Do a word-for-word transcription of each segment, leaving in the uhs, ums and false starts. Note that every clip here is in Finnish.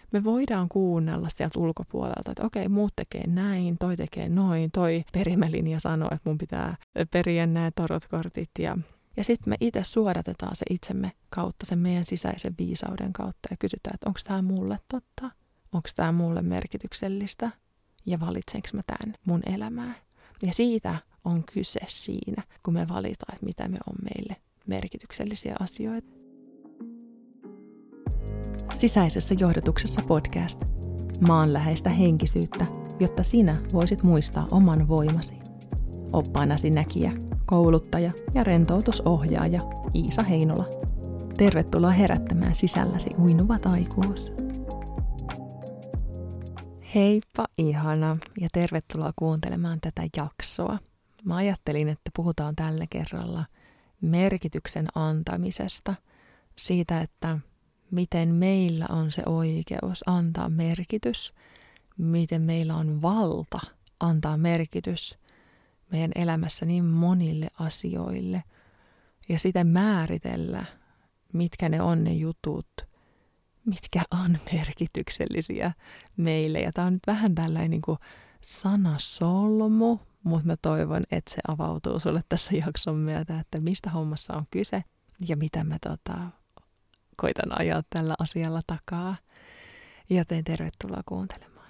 me voidaan kuunnella sieltä ulkopuolelta, että okei, muut tekee näin, toi tekee noin, toi perimälinja sanoo, että mun pitää periä nämä tarotkortit ja Ja sitten me itse suodatetaan se itsemme kautta, sen meidän sisäisen viisauden kautta ja kysytään, että onko tämä mulle totta, onko tämä mulle merkityksellistä ja valitsenko mä tämän mun elämään. Ja siitä on kyse siinä, kun me valitaan, että mitä me on meille merkityksellisiä asioita. Sisäisessä johdotuksessa podcast. Maanläheistä henkisyyttä, jotta sinä voisit muistaa oman voimasi. Oppaanasi näkijä, kouluttaja ja rentoutusohjaaja Iisa Heinola. Tervetuloa herättämään sisälläsi uinuvat aikuus. Heippa ihana ja tervetuloa kuuntelemaan tätä jaksoa. Mä ajattelin, että puhutaan tällä kerralla merkityksen antamisesta. Siitä, että miten meillä on se oikeus antaa merkitys. Miten meillä on valta antaa merkitys meidän elämässä niin monille asioille ja sitä määritellä, mitkä ne on ne jutut, mitkä on merkityksellisiä meille. Ja tämä on nyt vähän tällainen niin kuin sanasolmu, mutta mä toivon, että se avautuu sulle tässä jakson myötä, että mistä hommassa on kyse ja mitä mä tota, koitan ajaa tällä asialla takaa. Joten tervetuloa kuuntelemaan.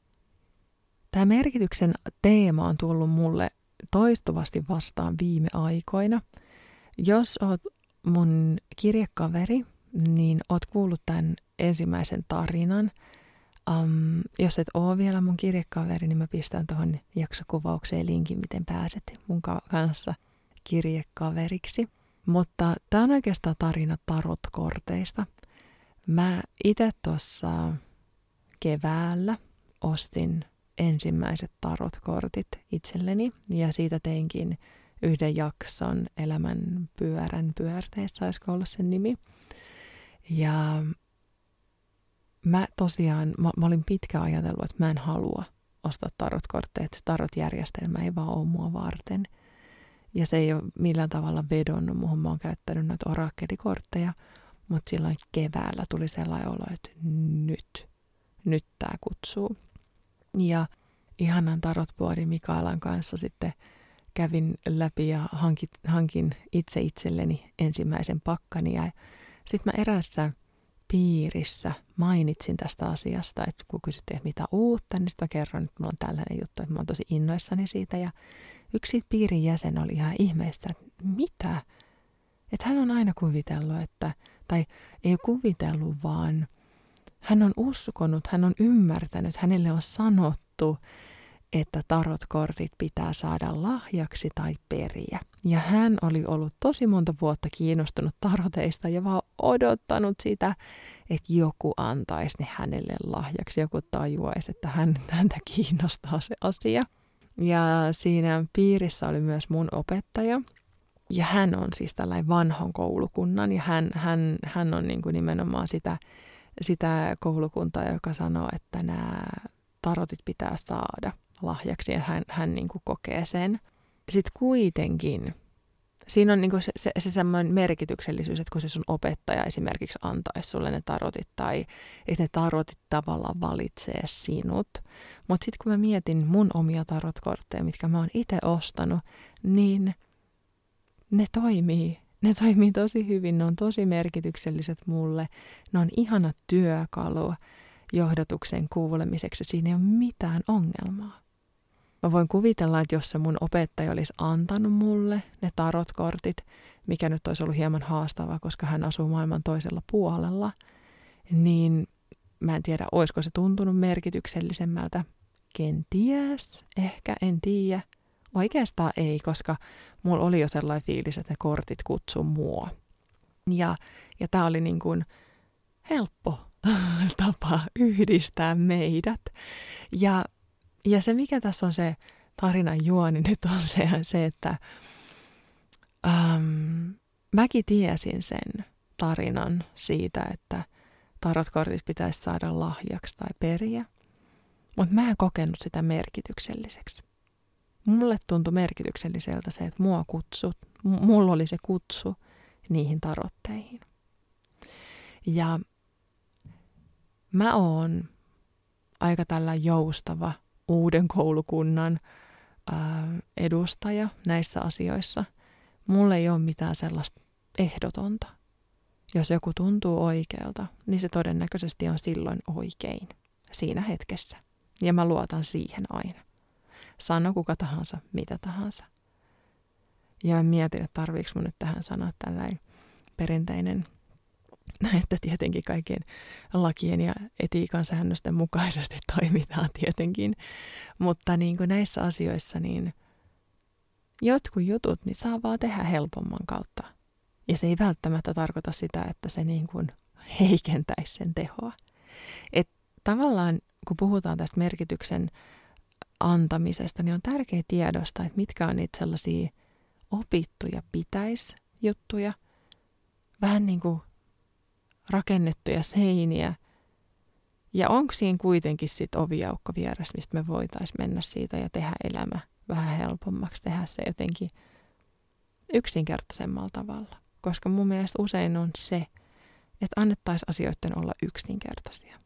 Tämä merkityksen teema on tullut mulle toistuvasti vastaan viime aikoina. Jos oot mun kirjekaveri, niin oot kuullut tämän ensimmäisen tarinan. Um, jos et oo vielä mun kirjekaveri, niin mä pistän tuohon jaksokuvaukseen linkin, miten pääset mun kanssa kirjekaveriksi. Mutta tää on oikeastaan tarina tarotkorteista. Mä itse tuossa keväällä ostin ensimmäiset tarotkortit itselleni ja siitä teinkin yhden jakson Elämän pyörän pyörteessä, olisiko ollut sen nimi. Ja mä tosiaan, mä, mä olin pitkään ajatellut, että mä en halua ostaa tarotkortteja, että se tarotjärjestelmä ei vaan ole mua varten. Ja se ei ole millään tavalla vedonnut muuhun, mä oon käyttänyt noita orakkelikortteja, mutta silloin keväällä tuli sellainen olo, että nyt, nyt tää kutsuu. Ja ihanan tarotboardin Mikaelan kanssa sitten kävin läpi ja hankin, hankin itse itselleni ensimmäisen pakkani. Ja sitten mä erässä piirissä mainitsin tästä asiasta, että kun kysyttiin, että mitä uutta, niin sitten mä kerron, että mulla on tällainen juttu, että mä oon tosi innoissani siitä. Ja yksi piirin jäsen oli ihan ihmeessä, että mitä? Että hän on aina kuvitellut, että, tai ei kuvitellut, vaan hän on uskonut, hän on ymmärtänyt, hänelle on sanottu, että tarotkortit pitää saada lahjaksi tai periä. Ja hän oli ollut tosi monta vuotta kiinnostunut taroteista ja vaan odottanut sitä, että joku antaisi ne hänelle lahjaksi, joku tajuaisi, että hän, häntä kiinnostaa se asia. Ja siinä piirissä oli myös mun opettaja. Ja hän on siis tällainen vanhan koulukunnan ja hän, hän, hän on niin kuin nimenomaan sitä, sitä koulukuntaa, joka sanoo, että nämä tarotit pitää saada lahjaksi ja hän, hän niin kuin kokee sen. Sitten kuitenkin siinä on niin kuin se, se, se semmoinen merkityksellisyys, että kun se sun opettaja esimerkiksi antaisi sulle ne tarotit tai että ne tarotit tavallaan valitsee sinut. Mutta sitten kun mä mietin mun omia tarotkortteja, mitkä mä oon itse ostanut, niin ne toimii. Ne toimii tosi hyvin, ne on tosi merkitykselliset mulle. Ne on ihana työkalu johdatuksen kuulemiseksi. Siinä ei ole mitään ongelmaa. Mä voin kuvitella, että jos se mun opettaja olisi antanut mulle ne tarotkortit, mikä nyt olisi ollut hieman haastavaa, koska hän asuu maailman toisella puolella, niin mä en tiedä, olisiko se tuntunut merkityksellisemmältä. Kenties, ehkä, en tiedä. Oikeastaan ei, koska mulla oli jo sellainen fiilis, että ne kortit kutsuu mua. Ja, ja tää oli niin kuin helppo tapa yhdistää meidät. Ja, ja se, mikä tässä on se tarinan juoni nyt on se, se että ähm, mäkin tiesin sen tarinan siitä, että tarotkortit pitäisi saada lahjaksi tai periä. Mutta mä en kokenut sitä merkitykselliseksi. Mulle tuntui merkitykselliseltä se, että mua kutsut, mulla oli se kutsu niihin tarotteihin. Ja mä oon aika tällä joustava uuden koulukunnan ää, edustaja näissä asioissa. Mulla ei ole mitään sellaista ehdotonta. Jos joku tuntuu oikealta, niin se todennäköisesti on silloin oikein siinä hetkessä. Ja mä luotan siihen aina. Sano kuka tahansa, mitä tahansa. Ja mä mietin, että tarviiko mun nyt tähän sanoa tällainen perinteinen, että tietenkin kaikkien lakien ja etiikan säännösten mukaisesti toimitaan tietenkin. Mutta niin kuin näissä asioissa, niin jotkut jutut niin saa vaan tehdä helpomman kautta. Ja se ei välttämättä tarkoita sitä, että se niin kuin heikentäisi sen tehoa. Et tavallaan, kun puhutaan tästä merkityksen antamisesta, niin on tärkeää tiedostaa, että mitkä on niitä sellaisia opittuja pitäis-juttuja, vähän niin kuin rakennettuja seiniä, ja onko siinä kuitenkin sitten oviaukko vieressä, mistä me voitaisiin mennä siitä ja tehdä elämä vähän helpommaksi, tehdä se jotenkin yksinkertaisemmalla tavalla. Koska mun mielestä usein on se, että annettaisiin asioiden olla yksinkertaisia.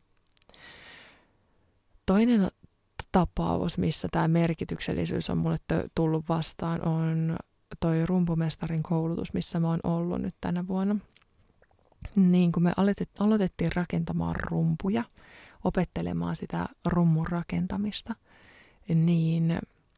Toinen tapaus, missä tämä merkityksellisyys on mulle tullut vastaan, on toi rumpumestarin koulutus, missä mä oon ollut nyt tänä vuonna. Niin kun me aloitettiin rakentamaan rumpuja, opettelemaan sitä rummun rakentamista, niin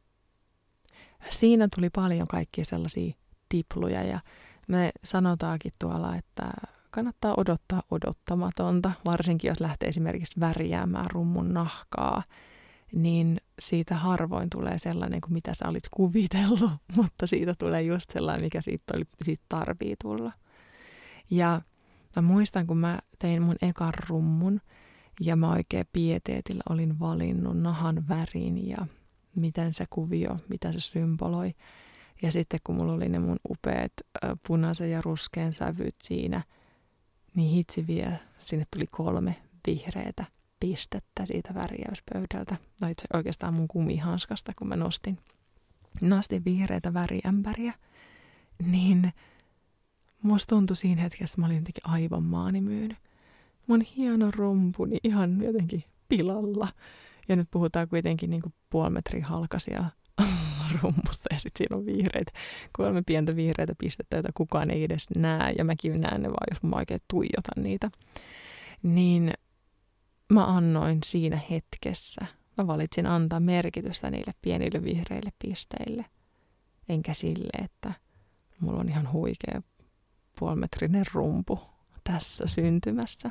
siinä tuli paljon kaikkia sellaisia tipluja ja me sanotaankin tuolla, että kannattaa odottaa odottamatonta, varsinkin jos lähtee esimerkiksi värjäämään rummun nahkaa, niin siitä harvoin tulee sellainen kuin mitä sä olit kuvitellut, mutta siitä tulee just sellainen, mikä siitä, oli, siitä tarvii tulla. Ja mä muistan, kun mä tein mun ekan rummun ja mä oikein pieteetillä olin valinnut nahan värin ja miten se kuvio, mitä se symboloi. Ja sitten kun mulla oli ne mun upeat punaisen ja ruskean sävyt siinä, niin hitsi vie, sinne tuli kolme vihreätä pistettä siitä värjäyspöydältä. No itse oikeastaan mun kumihanskasta, kun mä nostin, nostin vihreätä väriämpäriä. Niin musta tuntui siinä hetkessä, että mä olin jotenkin aivan maanimyynyt. Mun hieno rumpuni ihan jotenkin pilalla. Ja nyt puhutaan kuitenkin niin kuin puoli metrin halkaisia rummusta ja sitten siinä on vihreitä, kolme pientä vihreitä pistettä, joita kukaan ei edes näe ja mäkin näen ne vaan, jos mä oikein tuijotan niitä. Niin mä annoin siinä hetkessä, mä valitsin antaa merkitystä niille pienille vihreille pisteille, enkä sille, että mulla on ihan huikea puolimetrinen rumpu tässä syntymässä.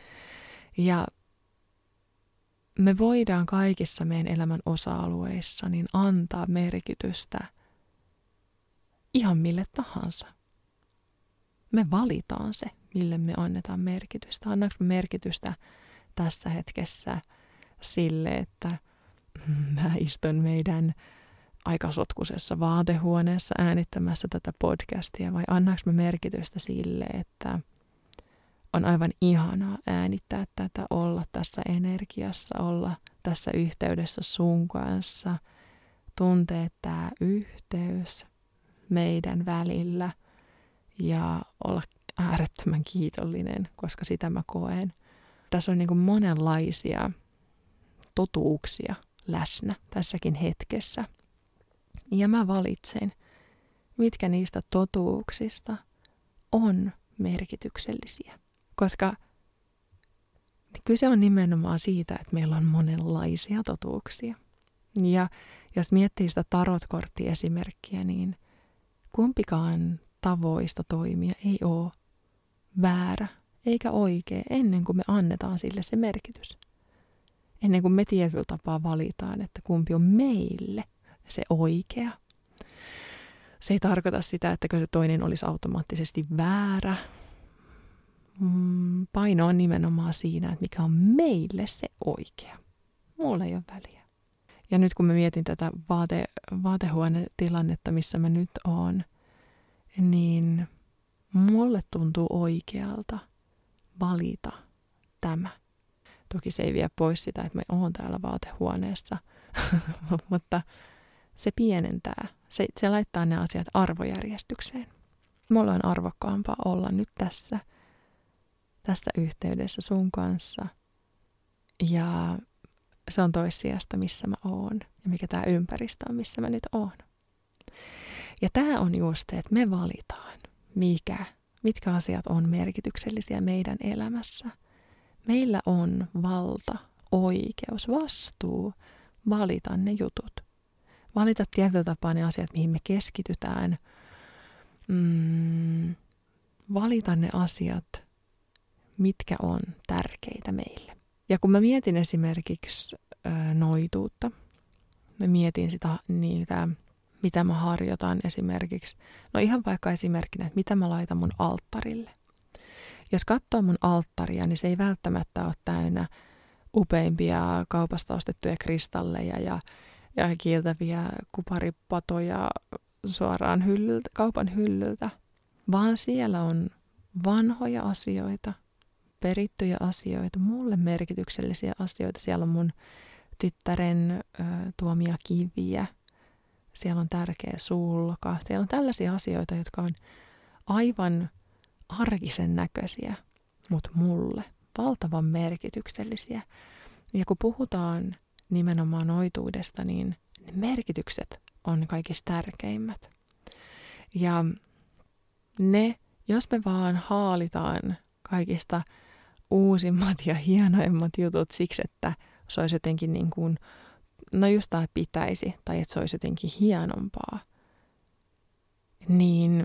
Ja me voidaan kaikissa meidän elämän osa-alueissa niin antaa merkitystä ihan mille tahansa. Me valitaan se, mille me annetaan merkitystä. Annaanko me merkitystä tässä hetkessä sille, että mä istun meidän aika sotkusessa vaatehuoneessa äänittämässä tätä podcastia, vai annaanko me merkitystä sille, että on aivan ihanaa äänittää tätä, olla tässä energiassa, olla tässä yhteydessä sun kanssa, tuntea tämä yhteys meidän välillä ja olla äärettömän kiitollinen, koska sitä mä koen. Tässä on niin kuin monenlaisia totuuksia läsnä tässäkin hetkessä. Ja mä valitsen, mitkä niistä totuuksista on merkityksellisiä. Koska kyse on nimenomaan siitä, että meillä on monenlaisia totuuksia. Ja jos miettii sitä tarotkorttiesimerkkiä, niin kumpikaan tavoista toimia ei ole väärä eikä oikea ennen kuin me annetaan sille se merkitys. Ennen kuin me tietyllä tapaa valitaan, että kumpi on meille se oikea. Se ei tarkoita sitä, että se toinen olisi automaattisesti väärä. Paino on nimenomaan siinä, että mikä on meille se oikea. Mulla ei ole väliä. Ja nyt kun mä mietin tätä vaate, vaatehuonetilannetta, missä mä nyt oon, niin mulle tuntuu oikealta valita tämä. Toki se ei vie pois sitä, että mä oon täällä vaatehuoneessa, mutta se pienentää. Se, se laittaa ne asiat arvojärjestykseen. Mulla on arvokkaampaa olla nyt tässä, tässä yhteydessä sun kanssa Ja se on toissijasta, missä mä oon ja mikä tämä ympäristö on, missä mä nyt oon. Ja tämä on just se, että me valitaan, mikä, mitkä asiat on merkityksellisiä meidän elämässä. Meillä on valta, oikeus, vastuu valita ne jutut. Valita tietyllä tapaa ne asiat, mihin me keskitytään. Mm, valita ne asiat, mitkä on tärkeitä meille. Ja kun mä mietin esimerkiksi ö, noituutta, mä mietin sitä niitä, mitä mä harjoitan esimerkiksi. No ihan vaikka esimerkkinä, että mitä mä laitan mun alttarille. Jos katsoo mun alttaria, niin se ei välttämättä ole täynnä upeimpia kaupasta ostettuja kristalleja ja, ja kiiltäviä kuparipatoja suoraan hyllyltä, kaupan hyllyltä, vaan siellä on vanhoja asioita, perittyjä asioita, mulle merkityksellisiä asioita. Siellä on mun tyttären ö, tuomia kiviä, siellä on tärkeä sulka, siellä on tällaisia asioita, jotka on aivan arkisen näköisiä, mutta mulle valtavan merkityksellisiä. Ja kun puhutaan nimenomaan noituudesta, niin ne merkitykset on kaikista tärkeimmät. Ja ne, jos me vaan haalitaan kaikista uusimmat ja hienoimmat jutut siksi, että se olisi jotenkin niin kuin, no just tämä pitäisi, tai että se olisi jotenkin hienompaa, niin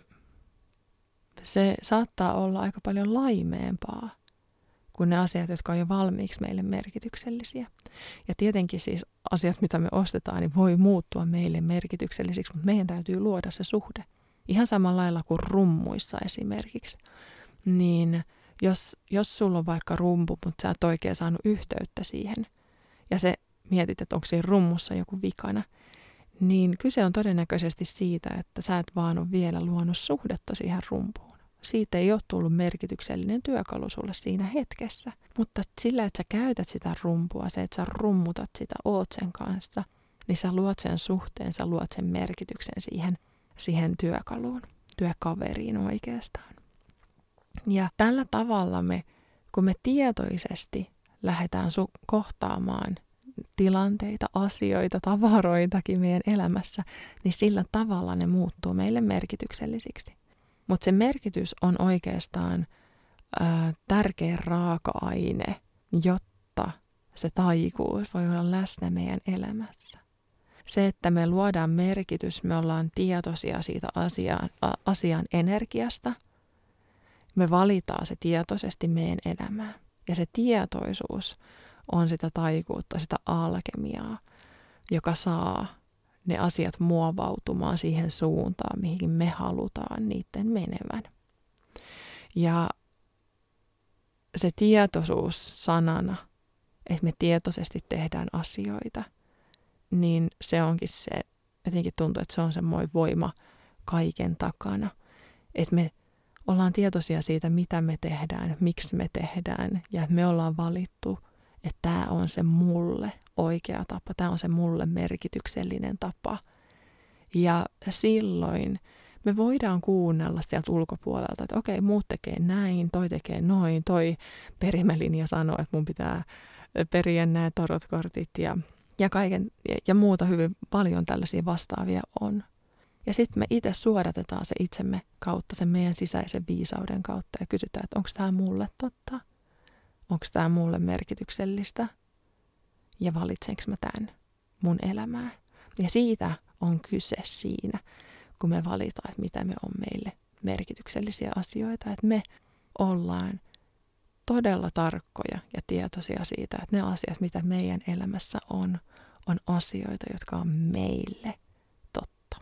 se saattaa olla aika paljon laimeempaa kuin ne asiat, jotka on jo valmiiksi meille merkityksellisiä. Ja tietenkin siis asiat, mitä me ostetaan, niin voi muuttua meille merkityksellisiksi, mutta meidän täytyy luoda se suhde. Ihan samalla lailla kuin rummuissa esimerkiksi. Niin jos, jos sulla on vaikka rumpu, mutta sä et oikein saanut yhteyttä siihen, ja se mietit, että onko siinä rummussa joku vikana, niin kyse on todennäköisesti siitä, että sä et vaan ole vielä luonut suhdetta siihen rumpuun. Siitä ei ole tullut merkityksellinen työkalu sulle siinä hetkessä. Mutta sillä, että sä käytät sitä rumpua, se, että sä rummutat sitä, oot sen kanssa, niin sä luot sen suhteen, sä luot sen merkityksen siihen, siihen työkaluun, työkaveriin oikeastaan. Ja tällä tavalla me, kun me tietoisesti lähdetään su- kohtaamaan tilanteita, asioita, tavaroitakin meidän elämässä, niin sillä tavalla ne muuttuu meille merkityksellisiksi. Mutta se merkitys on oikeastaan ää, tärkeä raaka-aine, jotta se taikuus voi olla läsnä meidän elämässä. Se, että me luodaan merkitys, me ollaan tietoisia siitä asian, a, asian energiasta, me valitaan se tietoisesti meidän elämään. Ja se tietoisuus on sitä taikuutta, sitä alkemiaa, joka saa ne asiat muovautumaan siihen suuntaan, mihin me halutaan niiden menevän. Ja se tietoisuus sanana, että me tietoisesti tehdään asioita, niin se onkin se, jotenkin tuntuu, että se on semmoinen voima kaiken takana. Että me ollaan tietoisia siitä, mitä me tehdään, miksi me tehdään, ja että me ollaan valittu, että tämä on se mulle oikea tapa, tämä on se mulle merkityksellinen tapa. Ja silloin me voidaan kuunnella sieltä ulkopuolelta, että okei, muut tekee näin, toi tekee noin, toi perimälinja sanoo, että mun pitää periä nämä tarotkortit ja, ja, kaiken, ja, ja muuta hyvin paljon tällaisia vastaavia on. Ja sitten me itse suodatetaan se itsemme kautta, sen meidän sisäisen viisauden kautta ja kysytään, että onko tämä mulle totta? Onko tämä mulle merkityksellistä? Ja valitsenko mä tämän mun elämään? Ja siitä on kyse siinä, kun me valitaan, että mitä me on meille merkityksellisiä asioita. Että me ollaan todella tarkkoja ja tietoisia siitä, että ne asiat, mitä meidän elämässä on, on asioita, jotka on meille totta.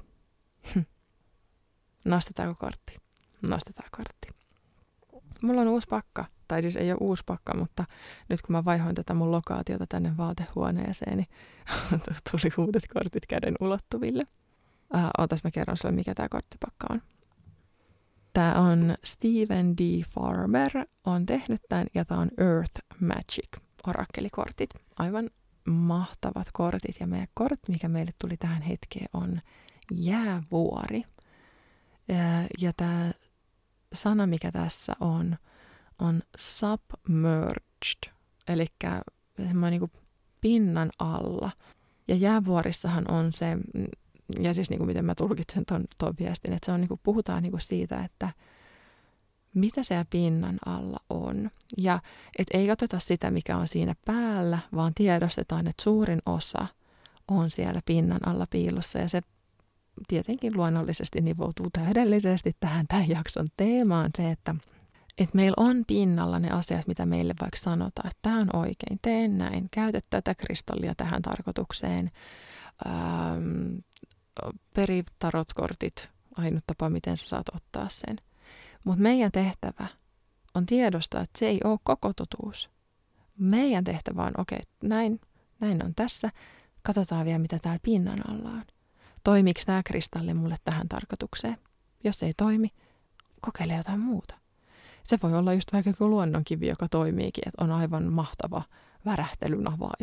Nostetaanko kortti? Nostetaan kortti. Mulla on uusi pakka. Tai siis ei ole uusi pakka, mutta nyt kun mä vaihoin tätä mun lokaatiota tänne vaatehuoneeseen, niin tuli uudet kortit käden ulottuville. Uh, ootas mä kerron sulle, mikä tää korttipakka on. Tää on Stephen D. Farber on tehnyt tän, ja tää on Earth Magic orakkelikortit. Aivan mahtavat kortit, ja meidän kortti, mikä meille tuli tähän hetkeen, on jäävuori. Uh, ja tää sana, mikä tässä on, on submerged, eli semmoinen niin kuin pinnan alla. Ja jäävuorissahan on se, ja siis niin kuin miten mä tulkitsen ton, ton viestin, että se on niin kuin, puhutaan niin kuin siitä, että mitä siellä pinnan alla on. Ja et ei katsota sitä, mikä on siinä päällä, vaan tiedostetaan, että suurin osa on siellä pinnan alla piilossa. Ja se tietenkin luonnollisesti nivoutuu täydellisesti tähän tämän jakson teemaan, se, että et meillä on pinnalla ne asiat, mitä meille vaikka sanotaan, että tämä on oikein, tee näin, käytä tätä kristallia tähän tarkoitukseen, ähm, peri tarotkortit, ainut tapa, miten sä saat ottaa sen. Mutta meidän tehtävä on tiedostaa, että se ei ole koko totuus. Meidän tehtävä on, okei, okay, näin, näin on tässä, katsotaan vielä, mitä täällä pinnan alla on. Toimiiko tämä kristalli mulle tähän tarkoitukseen? Jos ei toimi, kokeile jotain muuta. Se voi olla just vaikka joku luonnonkivi, joka toimiikin, että on aivan mahtava värähtelyn avaaja.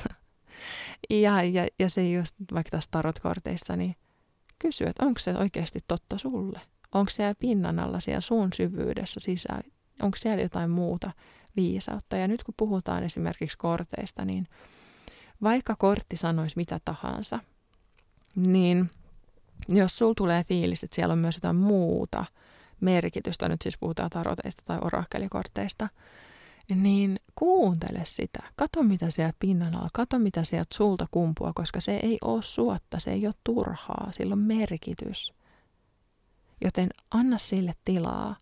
ja, ja, ja se just vaikka tässä tarotkorteissa, niin kysy, että onko se oikeasti totta sulle? Onko siellä pinnan alla siellä suun syvyydessä sisään? Onko siellä jotain muuta viisautta? Ja nyt kun puhutaan esimerkiksi korteista, niin vaikka kortti sanoisi mitä tahansa, niin jos sulla tulee fiilis, että siellä on myös jotain muuta merkitystä, nyt siis puhutaan taroteista tai orakkelikorteista, niin kuuntele sitä. Kato mitä sieltä pinnan alla, kato mitä sieltä sulta kumpuaa, koska se ei ole suotta, se ei ole turhaa, sillä on merkitys. Joten anna sille tilaa,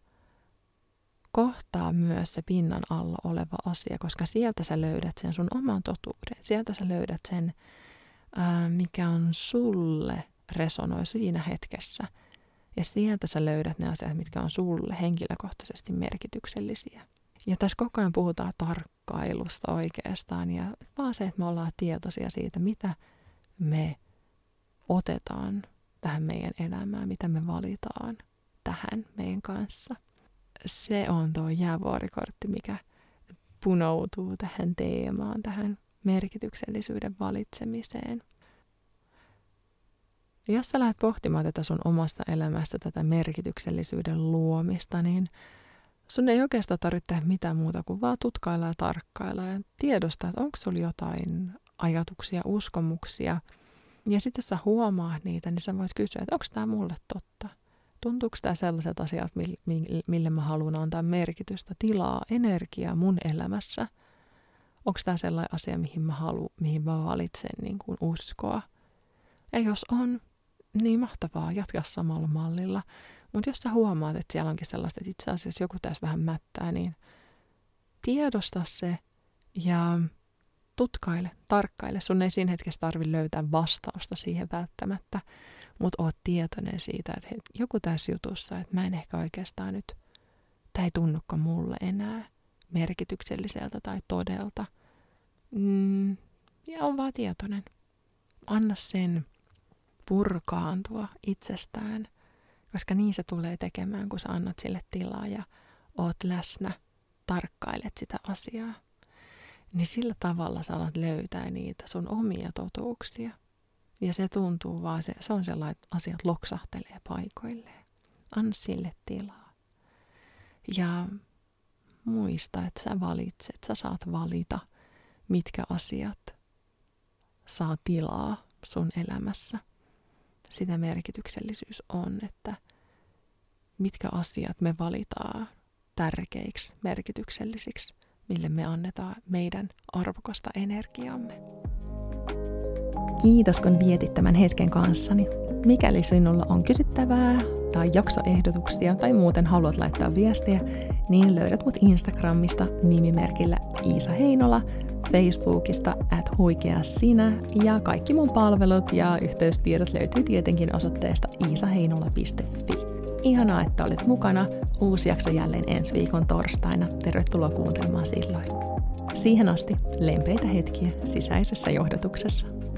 kohtaa myös se pinnan alla oleva asia, koska sieltä sä löydät sen sun oman totuuden. Sieltä sä löydät sen, ää, mikä on sulle resonoi siinä hetkessä. Ja sieltä sä löydät ne asiat, mitkä on sulle henkilökohtaisesti merkityksellisiä. Ja tässä koko ajan puhutaan tarkkailusta oikeastaan. Ja vaan se, että me ollaan tietoisia siitä, mitä me otetaan tähän meidän elämään, mitä me valitaan tähän meidän kanssa. Se on tuo jäävuorikortti, mikä punoutuu tähän teemaan, tähän merkityksellisyyden valitsemiseen. Jos sä lähdet pohtimaan tätä sun omasta elämästä, tätä merkityksellisyyden luomista, niin sun ei oikeastaan tarvitse tehdä mitään muuta kuin vaan tutkailla ja tarkkailla ja tiedostaa, että onko sulla jotain ajatuksia, uskomuksia. Ja sitten jos sä huomaat niitä, niin sä voit kysyä, että onko tämä mulle totta? Tuntuuko tämä sellaiset asiat, mille mä haluan antaa merkitystä, tilaa, energiaa mun elämässä? Onko tämä sellainen asia, mihin mä, halu, mihin mä valitsen niin kuin uskoa? Ja jos on, niin mahtavaa, jatka samalla mallilla. Mutta jos sä huomaat, että siellä onkin sellaista, että itse asiassa joku tässä vähän mättää, niin tiedosta se ja tutkaile, tarkkaile. Sun ei siinä hetkessä tarvitse löytää vastausta siihen välttämättä, mutta oot tietoinen siitä, että hei, joku tässä jutussa, että mä en ehkä oikeastaan nyt, tää ei tunnukaan mulle enää merkitykselliseltä tai todelta. Mm, ja on vaan tietoinen. Anna sen purkaantua itsestään, koska niin se tulee tekemään, kun sä annat sille tilaa ja oot läsnä, tarkkailet sitä asiaa. Niin sillä tavalla sä alat löytää niitä sun omia totuuksia. Ja se tuntuu vaan, se, se on sellainen, että asiat loksahtelee paikoilleen. Anna sille tilaa. Ja muista, että sä valitset, sä saat valita, mitkä asiat saa tilaa sun elämässä. Sitä merkityksellisyys on, että mitkä asiat me valitaan tärkeiksi, merkityksellisiksi, mille me annetaan meidän arvokasta energiamme. Kiitos, kun vietit tämän hetken kanssani. Mikäli sinulla on kysyttävää tai jaksoehdotuksia tai muuten haluat laittaa viestiä, niin löydät mut Instagramista nimimerkillä Iisa Heinola, Facebookista at huikea sinä ja kaikki mun palvelut ja yhteystiedot löytyy tietenkin osoitteesta iisaheinola piste fi. Ihanaa, että olet mukana. Uusi jakso jälleen ensi viikon torstaina. Tervetuloa kuuntelemaan silloin. Siihen asti lempeitä hetkiä sisäisessä johdatuksessa.